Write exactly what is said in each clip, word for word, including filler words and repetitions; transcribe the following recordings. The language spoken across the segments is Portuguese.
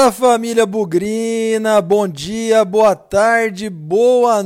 Fala, família bugrina, bom dia, boa tarde, boa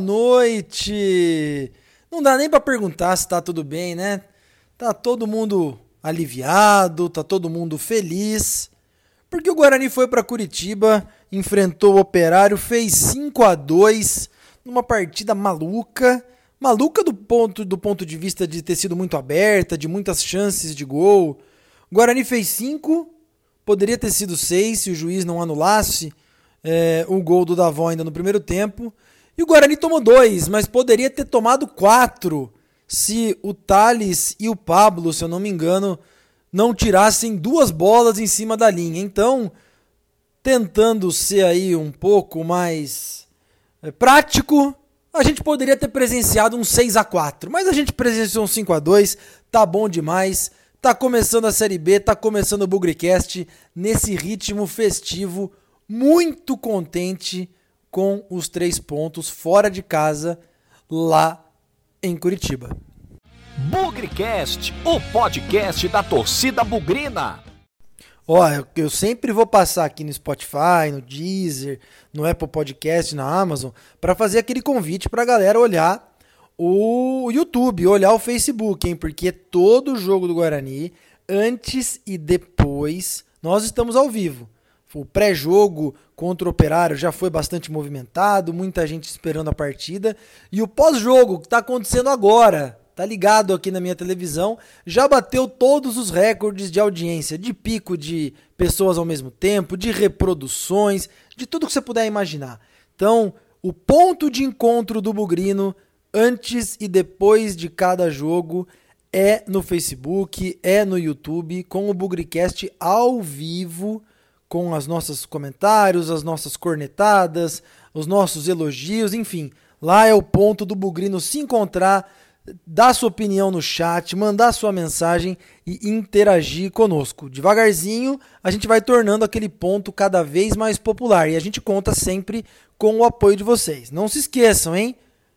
noite. Não dá nem pra perguntar se tá tudo bem, né? Tá todo mundo aliviado, tá todo mundo feliz, porque o Guarani foi pra Curitiba, enfrentou o Operário, fez cinco a dois numa partida maluca, maluca do ponto, do ponto de vista de ter sido muito aberta, de muitas chances de gol. O Guarani fez cinco, poderia ter sido seis se o juiz não anulasse é, o gol do Davó ainda no primeiro tempo. E o Guarani tomou dois, mas poderia ter tomado quatro se o Thales e o Pablo, se eu não me engano, não tirassem duas bolas em cima da linha. Então, tentando ser aí um pouco mais é, prático, a gente poderia ter presenciado um seis a quatro, mas a gente presenciou um cinco a dois, tá bom demais. Tá começando a Série B, tá começando o BugriCast nesse ritmo festivo, muito contente com os três pontos fora de casa lá em Curitiba. BugriCast, o podcast da torcida bugrina. Ó, eu, eu sempre vou passar aqui no Spotify, no Deezer, no Apple Podcast, na Amazon, para fazer aquele convite pra galera olhar o YouTube, olhar o Facebook, hein? Porque todo jogo do Guarani, antes e depois, nós estamos ao vivo. O pré-jogo contra o Operário já foi bastante movimentado, muita gente esperando a partida. E o pós-jogo, que está acontecendo agora, tá ligado aqui na minha televisão, já bateu todos os recordes de audiência, de pico de pessoas ao mesmo tempo, de reproduções, de tudo que você puder imaginar. Então, o ponto de encontro do Bugrino antes e depois de cada jogo é no Facebook, é no YouTube, com o BugriCast ao vivo, com os nossos comentários, as nossas cornetadas, os nossos elogios, enfim. Lá é o ponto do Bugrino se encontrar, dar sua opinião no chat, mandar sua mensagem e interagir conosco. Devagarzinho, a gente vai tornando aquele ponto cada vez mais popular e a gente conta sempre com o apoio de vocês. Não se esqueçam, hein?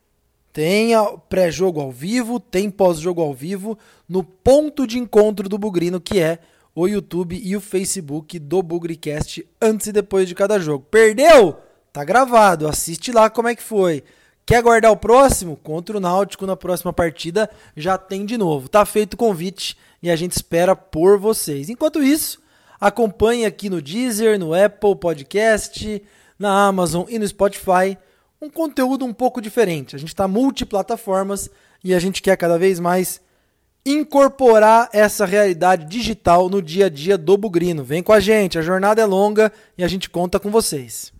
Tem pré-jogo ao vivo, tem pós-jogo ao vivo, no ponto de encontro do Bugrino, que é o YouTube e o Facebook do BugriCast, antes e depois de cada jogo. Perdeu? Tá gravado, assiste lá como é que foi. Quer aguardar o próximo? Contra o Náutico na próxima partida, já tem de novo. Tá feito o convite e a gente espera por vocês. Enquanto isso, acompanhe aqui no Deezer, no Apple Podcast, na Amazon e no Spotify, um conteúdo um pouco diferente. A gente está multiplataformas e a gente quer cada vez mais incorporar essa realidade digital no dia a dia do Bugrino. Vem com a gente, a jornada é longa e a gente conta com vocês.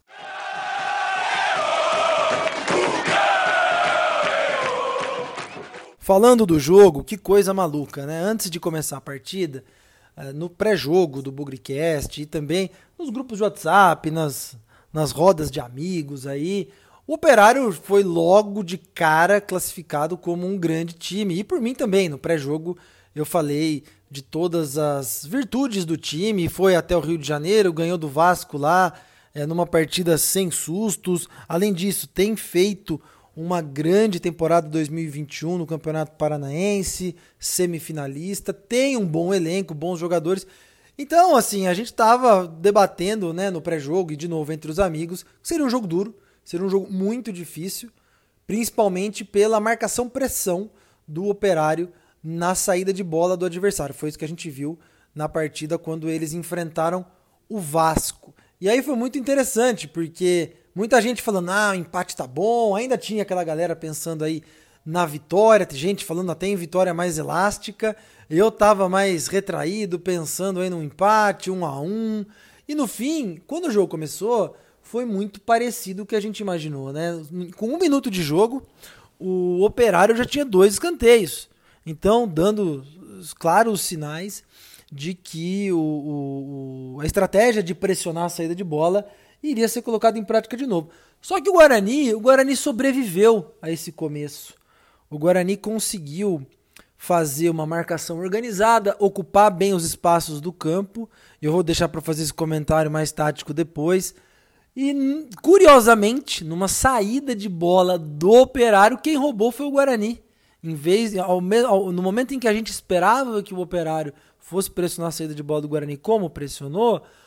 Falando do jogo, que coisa maluca, né? Antes de começar a partida, no pré-jogo do BugriCast e também nos grupos de WhatsApp, nas, nas rodas de amigos aí, o Operário foi logo de cara classificado como um grande time. E por mim também, no pré-jogo eu falei de todas as virtudes do time. Foi até o Rio de Janeiro, ganhou do Vasco lá, é, numa partida sem sustos. Além disso, tem feito uma grande temporada dois mil e vinte e um no Campeonato Paranaense, semifinalista. Tem um bom elenco, bons jogadores. Então, assim, a gente estava debatendo, né, no pré-jogo e de novo entre os amigos, que seria um jogo duro. Seria um jogo muito difícil, principalmente pela marcação-pressão do Operário na saída de bola do adversário. Foi isso que a gente viu na partida quando eles enfrentaram o Vasco. E aí foi muito interessante, porque muita gente falando, ah, o empate tá bom, ainda tinha aquela galera pensando aí na vitória, tem gente falando até em vitória mais elástica, eu tava mais retraído, pensando aí num empate, um a um, e no fim, quando o jogo começou, foi muito parecido com o que a gente imaginou, né? Com um minuto de jogo, o Operário já tinha dois escanteios. Então, dando claros sinais de que o, o, a estratégia de pressionar a saída de bola iria ser colocada em prática de novo. Só que o Guarani, o Guarani sobreviveu a esse começo. O Guarani conseguiu fazer uma marcação organizada, ocupar bem os espaços do campo. Eu vou deixar para fazer esse comentário mais tático depois. E, curiosamente, numa saída de bola do Operário, quem roubou foi o Guarani. Em vez, ao, ao, no momento em que a gente esperava que o Operário fosse pressionar a saída de bola do Guarani como pressionou,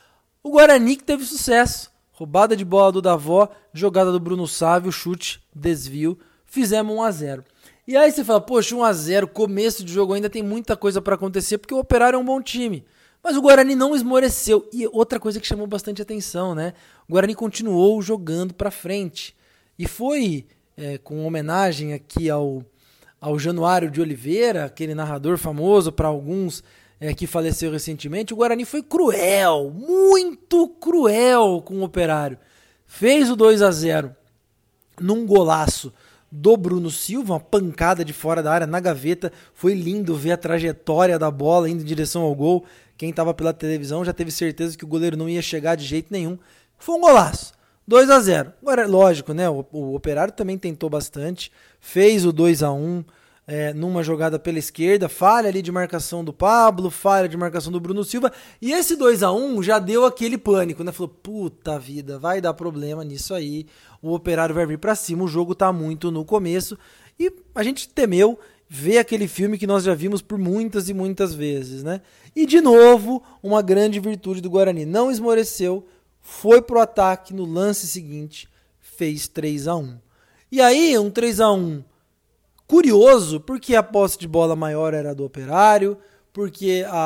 O Guarani que teve sucesso. Roubada de bola do Davó, jogada do Bruno Sávio, chute, desvio, fizemos um a zero. E aí você fala, poxa, um a zero, começo de jogo ainda tem muita coisa para acontecer, porque o Operário é um bom time. Mas o Guarani não esmoreceu. E outra coisa que chamou bastante atenção, né? O Guarani continuou jogando para frente. E foi, é, com homenagem aqui ao, ao Januário de Oliveira, aquele narrador famoso para alguns, é, que faleceu recentemente, o Guarani foi cruel, muito cruel com o Operário. Fez o dois a zero num golaço do Bruno Silva, uma pancada de fora da área, na gaveta. Foi lindo ver a trajetória da bola indo em direção ao gol. Quem estava pela televisão já teve certeza que o goleiro não ia chegar de jeito nenhum. Foi um golaço, dois a zero. Agora, lógico, né? O, o Operário também tentou bastante, fez o dois a um, é, numa jogada pela esquerda, falha ali de marcação do Pablo, falha de marcação do Bruno Silva, e esse dois a um já deu aquele pânico, né? Falou, puta vida, vai dar problema nisso aí, o Operário vai vir pra cima, o jogo tá muito no começo, e a gente temeu ver aquele filme que nós já vimos por muitas e muitas vezes, né? E de novo, uma grande virtude do Guarani, não esmoreceu, foi pro ataque no lance seguinte, fez três a um. E aí, um três a um curioso, porque a posse de bola maior era do Operário, porque a,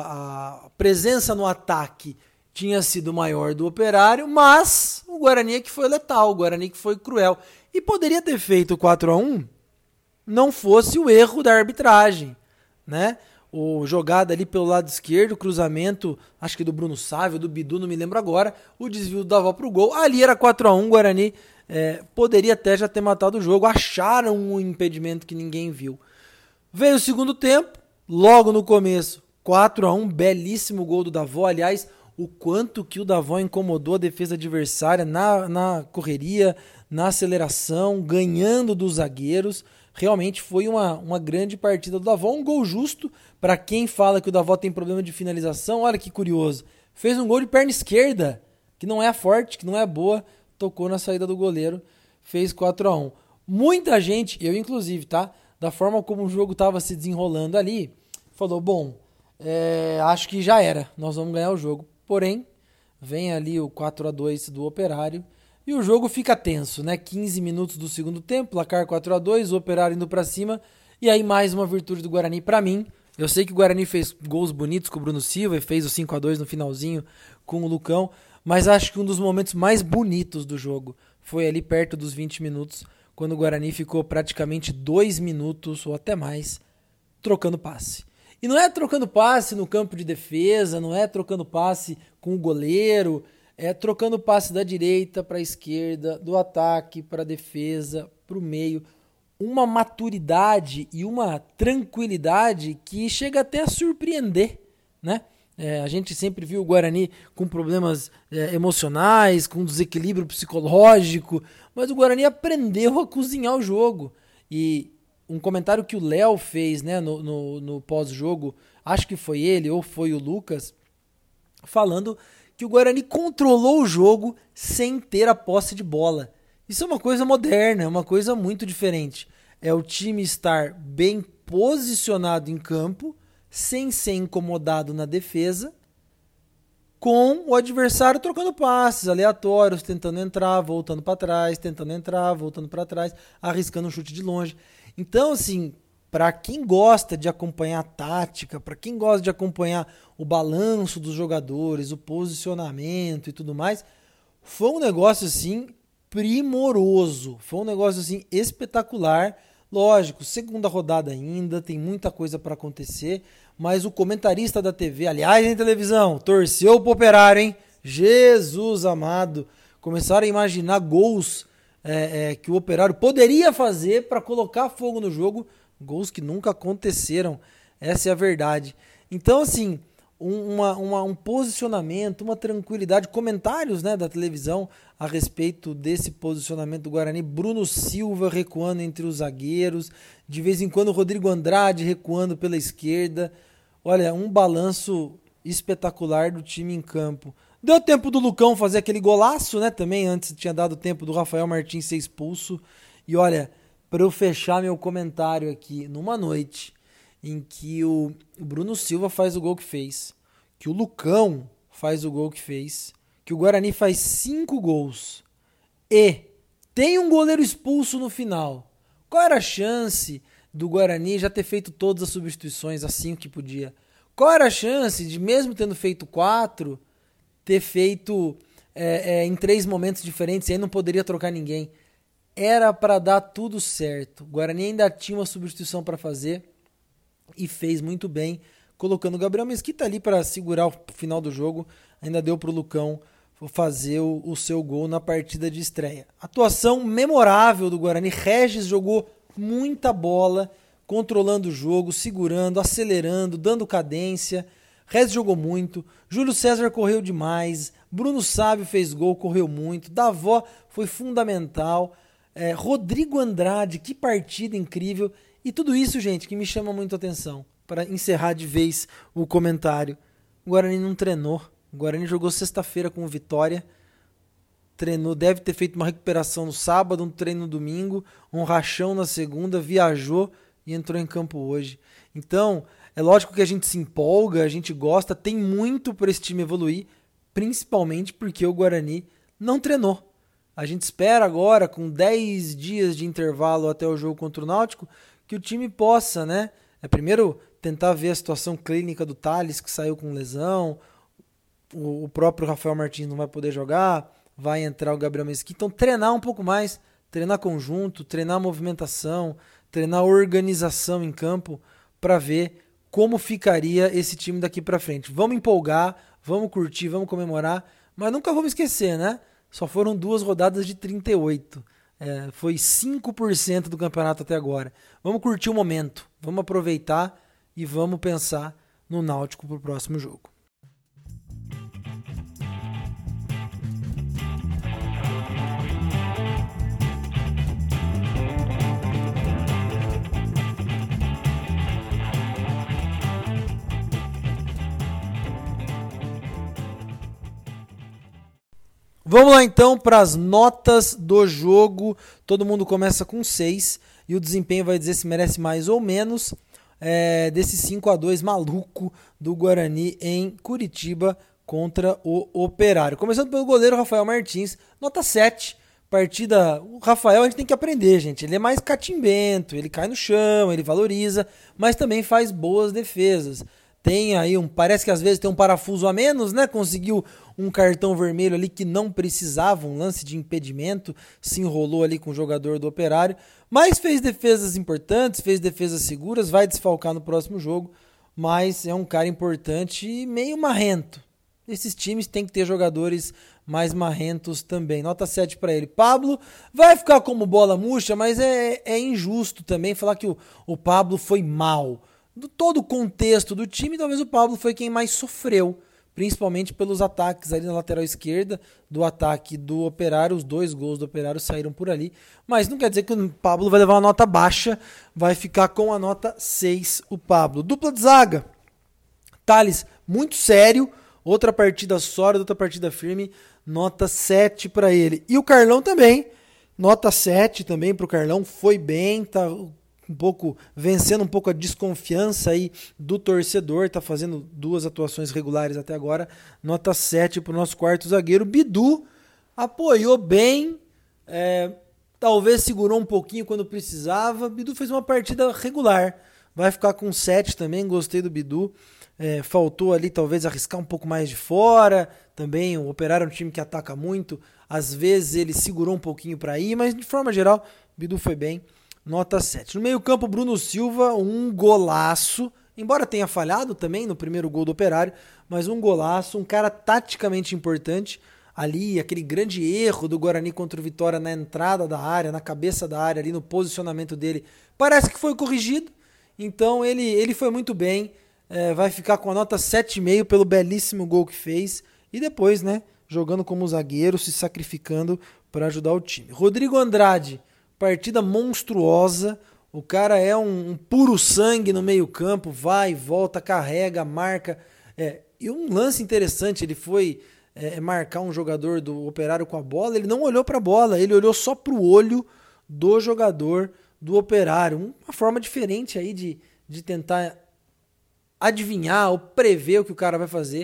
a, a presença no ataque tinha sido maior do Operário, mas o Guarani é que foi letal, o Guarani que foi cruel. E poderia ter feito quatro a um, não fosse o erro da arbitragem, né? O jogada ali pelo lado esquerdo, cruzamento, acho que do Bruno Sávio, do Bidu, não me lembro agora, o desvio do Davó pro gol, ali era quatro a um, o Guarani é, poderia até já ter matado o jogo, acharam um impedimento que ninguém viu. Veio o segundo tempo, logo no começo, quatro a um, belíssimo gol do Davó, aliás, o quanto que o Davó incomodou a defesa adversária na, na correria, na aceleração, ganhando dos zagueiros. Realmente foi uma, uma grande partida do Davó, um gol justo para quem fala que o Davó tem problema de finalização. Olha que curioso, fez um gol de perna esquerda, que não é forte, que não é boa, tocou na saída do goleiro, fez quatro a um. Muita gente, eu inclusive, tá? Da forma como o jogo estava se desenrolando ali, falou, bom, é, acho que já era, nós vamos ganhar o jogo. Porém, vem ali o quatro a dois do Operário, e o jogo fica tenso, né? quinze minutos do segundo tempo, placar quatro a dois, o Operário indo pra cima, e aí mais uma virtude do Guarani pra mim. Eu sei que o Guarani fez gols bonitos com o Bruno Silva e fez o cinco a dois no finalzinho com o Lucão, mas acho que um dos momentos mais bonitos do jogo foi ali perto dos vinte minutos, quando o Guarani ficou praticamente dois minutos ou até mais trocando passe. E não é trocando passe no campo de defesa, não é trocando passe com o goleiro, é trocando passe da direita para a esquerda, do ataque para a defesa, para o meio. Uma maturidade e uma tranquilidade que chega até a surpreender, né? É, a gente sempre viu o Guarani com problemas é, emocionais, com desequilíbrio psicológico, mas o Guarani aprendeu a cozinhar o jogo. E um comentário que o Léo fez, né, no, no, no pós-jogo, acho que foi ele ou foi o Lucas, falando que o Guarani controlou o jogo sem ter a posse de bola. Isso é uma coisa moderna, é uma coisa muito diferente. É o time estar bem posicionado em campo, sem ser incomodado na defesa, com o adversário trocando passes aleatórios, tentando entrar, voltando para trás, tentando entrar, voltando para trás, arriscando um chute de longe. Então, assim, para quem gosta de acompanhar a tática, para quem gosta de acompanhar o balanço dos jogadores, o posicionamento e tudo mais, foi um negócio, assim, primoroso. Foi um negócio, assim, espetacular. Lógico, segunda rodada ainda, tem muita coisa para acontecer, mas o comentarista da T V, aliás, em televisão, torceu pro Operário, hein? Jesus amado. Começaram a imaginar gols é, é, que o Operário poderia fazer para colocar fogo no jogo, gols que nunca aconteceram, essa é a verdade. Então, assim, um, uma, uma, um posicionamento, uma tranquilidade, comentários, né, da televisão a respeito desse posicionamento do Guarani. Bruno Silva recuando entre os zagueiros, de vez em quando o Rodrigo Andrade recuando pela esquerda. Olha, um balanço espetacular do time em campo. Deu tempo do Lucão fazer aquele golaço, né, também, antes tinha dado tempo do Rafael Martins ser expulso. E olha, para eu fechar meu comentário aqui, numa noite em que o Bruno Silva faz o gol que fez, que o Lucão faz o gol que fez, que o Guarani faz cinco gols e tem um goleiro expulso no final, qual era a chance do Guarani já ter feito todas as substituições assim que podia? Qual era a chance de, mesmo tendo feito quatro, ter feito é, é, em três momentos diferentes e aí não poderia trocar ninguém? Era para dar tudo certo. O Guarani ainda tinha uma substituição para fazer e fez muito bem, colocando o Gabriel Mesquita ali para segurar o final do jogo. Ainda deu para o Lucão fazer o, o seu gol na partida de estreia. Atuação memorável do Guarani. Regis jogou muita bola, controlando o jogo, segurando, acelerando, dando cadência. Regis jogou muito. Júlio César correu demais. Bruno Sábio fez gol, correu muito. Davó foi fundamental. É, Rodrigo Andrade, que partida incrível. E tudo isso, gente, que me chama muito a atenção. Para encerrar de vez o comentário. O Guarani não treinou. O Guarani jogou sexta-feira com o Vitória. Treinou, deve ter feito uma recuperação no sábado, um treino no domingo, um rachão na segunda, viajou e entrou em campo hoje. Então, é lógico que a gente se empolga, a gente gosta, tem muito para esse time evoluir, principalmente porque o Guarani não treinou. A gente espera agora, com dez dias de intervalo até o jogo contra o Náutico, que o time possa, né? É primeiro tentar ver a situação clínica do Thales, que saiu com lesão, o próprio Rafael Martins não vai poder jogar, vai entrar o Gabriel Mesquita. Então treinar um pouco mais, treinar conjunto, treinar movimentação, treinar organização em campo para ver como ficaria esse time daqui para frente. Vamos empolgar, vamos curtir, vamos comemorar, mas nunca vamos esquecer, né? Só foram duas rodadas de trinta e oito. É, foi cinco por cento do campeonato até agora. Vamos curtir o momento, vamos aproveitar e vamos pensar no Náutico para o próximo jogo. Vamos lá então para as notas do jogo. Todo mundo começa com seis e o desempenho vai dizer se merece mais ou menos é, desse cinco a dois maluco do Guarani em Curitiba contra o Operário. Começando pelo goleiro Rafael Martins, nota sete. Partida, o Rafael a gente tem que aprender, gente. Ele é mais catimbento, ele cai no chão, ele valoriza, mas também faz boas defesas. Tem aí um, parece que às vezes tem um parafuso a menos, né? Conseguiu um cartão vermelho ali que não precisava, um lance de impedimento, se enrolou ali com o jogador do Operário, mas fez defesas importantes, fez defesas seguras, vai desfalcar no próximo jogo, mas é um cara importante e meio marrento. Esses times têm que ter jogadores mais marrentos também. Nota sete para ele. Pablo vai ficar como bola murcha, mas é, é injusto também falar que o, o Pablo foi mal. Do todo o contexto do time, talvez o Pablo foi quem mais sofreu, principalmente pelos ataques ali na lateral esquerda do ataque do Operário. Os dois gols do Operário saíram por ali, mas não quer dizer que o Pablo vai levar uma nota baixa, vai ficar com a nota seis o Pablo. Dupla de zaga, Thales, muito sério, outra partida sólida, outra partida firme, nota sete para ele. E o Carlão também, nota sete também para o Carlão, foi bem, tá um pouco vencendo um pouco a desconfiança aí do torcedor, tá fazendo duas atuações regulares até agora, nota sete para o nosso quarto zagueiro. Bidu apoiou bem, é, talvez segurou um pouquinho quando precisava. Bidu fez uma partida regular, vai ficar com sete também, gostei do Bidu. É, faltou ali talvez arriscar um pouco mais de fora, também o Operário é um time que ataca muito, às vezes ele segurou um pouquinho para ir, mas de forma geral, Bidu foi bem. Nota sete. No meio campo, Bruno Silva, um golaço, embora tenha falhado também no primeiro gol do Operário, mas um golaço, um cara taticamente importante, ali aquele grande erro do Guarani contra o Vitória na entrada da área, na cabeça da área, ali no posicionamento dele, parece que foi corrigido, então ele, ele foi muito bem, é, vai ficar com a nota sete vírgula cinco pelo belíssimo gol que fez, e depois, né, jogando como zagueiro, se sacrificando para ajudar o time. Rodrigo Andrade, partida monstruosa, o cara é um, um puro sangue no meio campo, vai, volta, carrega, marca, é, e um lance interessante, ele foi é, marcar um jogador do Operário com a bola, ele não olhou para a bola, ele olhou só para o olho do jogador do Operário, uma forma diferente aí de, de tentar adivinhar ou prever o que o cara vai fazer,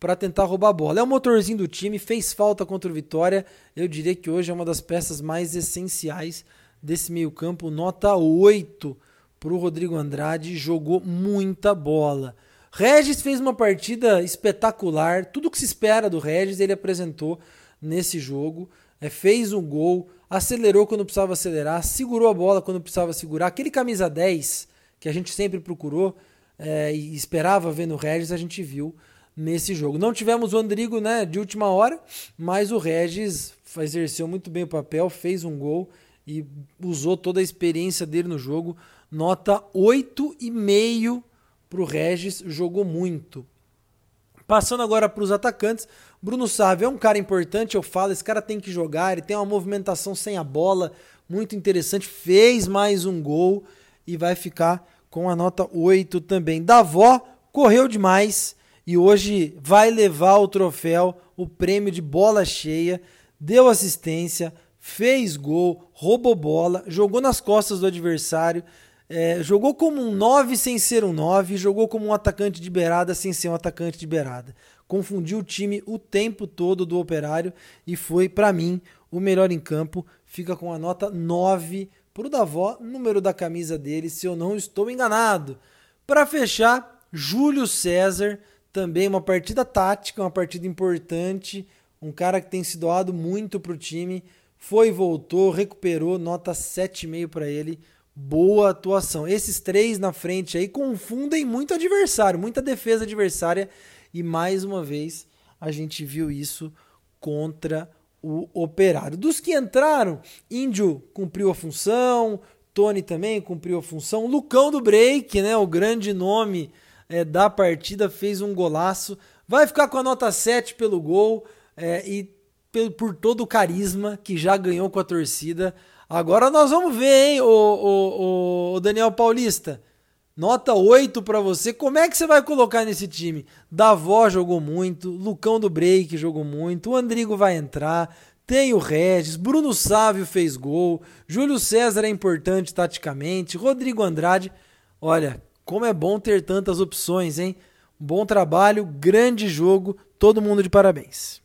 para tentar roubar a bola. É o motorzinho do time, fez falta contra o Vitória. Eu diria que hoje é uma das peças mais essenciais desse meio campo. Nota oito para o Rodrigo Andrade, jogou muita bola. Regis fez uma partida espetacular. Tudo que se espera do Regis ele apresentou nesse jogo. É, fez um gol, acelerou quando precisava acelerar, segurou a bola quando precisava segurar. Aquele camisa dez que a gente sempre procurou é, e esperava ver no Regis, a gente viu nesse jogo. Não tivemos o Andrigo, né, de última hora, mas o Regis exerceu muito bem o papel, fez um gol e usou toda a experiência dele no jogo. Nota oito e meio para o Regis, jogou muito. Passando agora para os atacantes, Bruno Sávio é um cara importante, eu falo, esse cara tem que jogar, ele tem uma movimentação sem a bola muito interessante, fez mais um gol e vai ficar com a nota oito também. Davó correu demais e hoje vai levar o troféu, o prêmio de bola cheia, deu assistência, fez gol, roubou bola, jogou nas costas do adversário, é, jogou como um nove sem ser um nove, jogou como um atacante de beirada sem ser um atacante de beirada. Confundiu o time o tempo todo do Operário e foi, para mim, o melhor em campo. Fica com a nota nove para o Davó, número da camisa dele, se eu não estou enganado. Para fechar, Júlio César, também uma partida tática, uma partida importante, um cara que tem se doado muito para o time, foi, voltou, recuperou, nota sete e meio para ele, boa atuação. Esses três na frente aí confundem muito adversário, muita defesa adversária, e mais uma vez a gente viu isso contra o Operário. Dos que entraram, Índio cumpriu a função, Tony também cumpriu a função, Lucão do Break, né, o grande nome é, da partida, fez um golaço, vai ficar com a nota sete pelo gol é, e por, por todo o carisma que já ganhou com a torcida. Agora nós vamos ver, hein, o, o, o Daniel Paulista, nota oito para você, como é que você vai colocar nesse time? Davó jogou muito, Lucão do Break jogou muito, o Andrigo vai entrar, tem o Regis, Bruno Sávio fez gol, Júlio César é importante taticamente, Rodrigo Andrade, olha, como é bom ter tantas opções, hein? Bom trabalho, grande jogo, todo mundo de parabéns.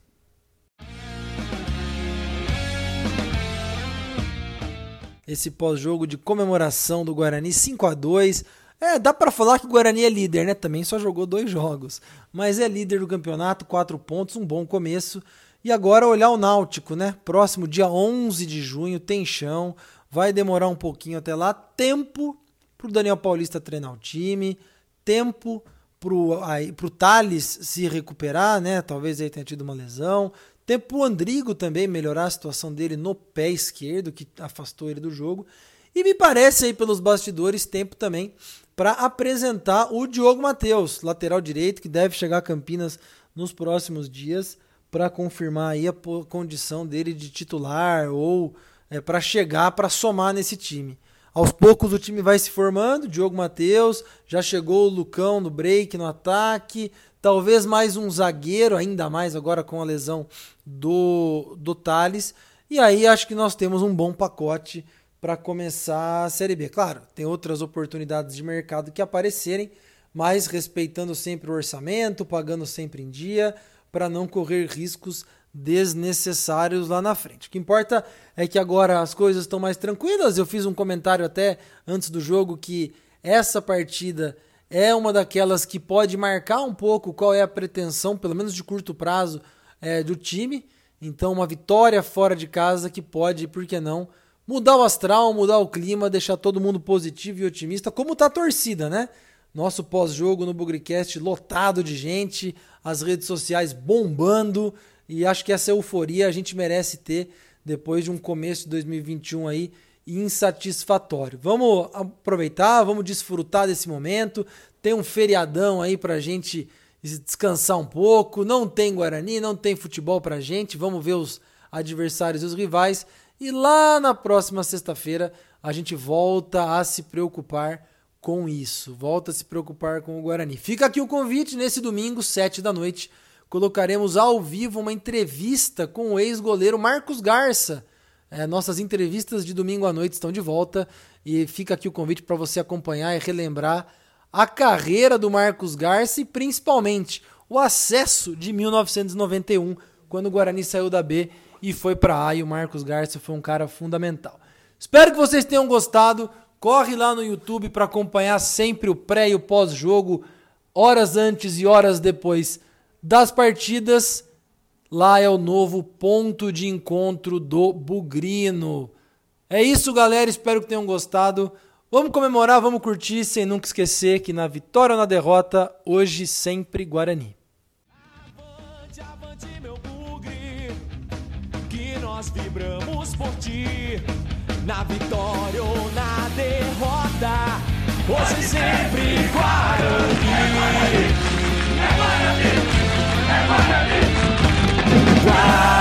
Esse pós-jogo de comemoração do Guarani cinco a dois, é, dá pra falar que o Guarani é líder, né? Também só jogou dois jogos, mas é líder do campeonato, quatro pontos, um bom começo. E agora olhar o Náutico, né? Próximo dia onze de junho, tem chão, vai demorar um pouquinho até lá, tempo pro Daniel Paulista treinar o time, tempo pro, aí, pro Thales se recuperar, né? Talvez ele tenha tido uma lesão, tempo pro Andrigo também melhorar a situação dele no pé esquerdo, que afastou ele do jogo. E me parece aí pelos bastidores tempo também para apresentar o Diogo Matheus, lateral direito, que deve chegar a Campinas nos próximos dias para confirmar aí a condição dele de titular ou é, para chegar, para somar nesse time. Aos poucos o time vai se formando, Diogo Matheus, já chegou o Lucão no break, no ataque, talvez mais um zagueiro, ainda mais agora com a lesão do, do Thales, e aí acho que nós temos um bom pacote para começar a Série B. Claro, tem outras oportunidades de mercado que aparecerem, mas respeitando sempre o orçamento, pagando sempre em dia, para não correr riscos desnecessários lá na frente. O que importa é que agora as coisas estão mais tranquilas. Eu fiz um comentário até antes do jogo que essa partida é uma daquelas que pode marcar um pouco qual é a pretensão, pelo menos de curto prazo, é, do time. Então uma vitória fora de casa que pode, por que não, mudar o astral, mudar o clima, deixar todo mundo positivo e otimista, como tá a torcida, né? Nosso pós-jogo no BugriCast lotado de gente, as redes sociais bombando, e acho que essa euforia a gente merece ter depois de um começo de dois mil e vinte e um aí insatisfatório. Vamos aproveitar, vamos desfrutar desse momento, tem um feriadão aí pra gente descansar um pouco, não tem Guarani, não tem futebol pra gente, vamos ver os adversários e os rivais, e lá na próxima sexta-feira a gente volta a se preocupar com isso, volta a se preocupar com o Guarani. Fica aqui o convite, nesse domingo, sete da noite, colocaremos ao vivo uma entrevista com o ex-goleiro Marcos Garça. É, nossas entrevistas de domingo à noite estão de volta e fica aqui o convite para você acompanhar e relembrar a carreira do Marcos Garça e principalmente o acesso de mil novecentos e noventa e um, quando o Guarani saiu da B e foi para A, e o Marcos Garcia foi um cara fundamental. Espero que vocês tenham gostado. Corre lá no YouTube para acompanhar sempre o pré e o pós-jogo, horas antes e horas depois das partidas. Lá é o novo ponto de encontro do Bugrino. É isso, galera. Espero que tenham gostado. Vamos comemorar, vamos curtir, sem nunca esquecer que na vitória ou na derrota, hoje sempre Guarani. Avante, avante, meu bugre, que nós vibramos por ti. Na vitória ou na derrota, hoje sempre Guarani. É Guarani, é Guarani, é Guarani.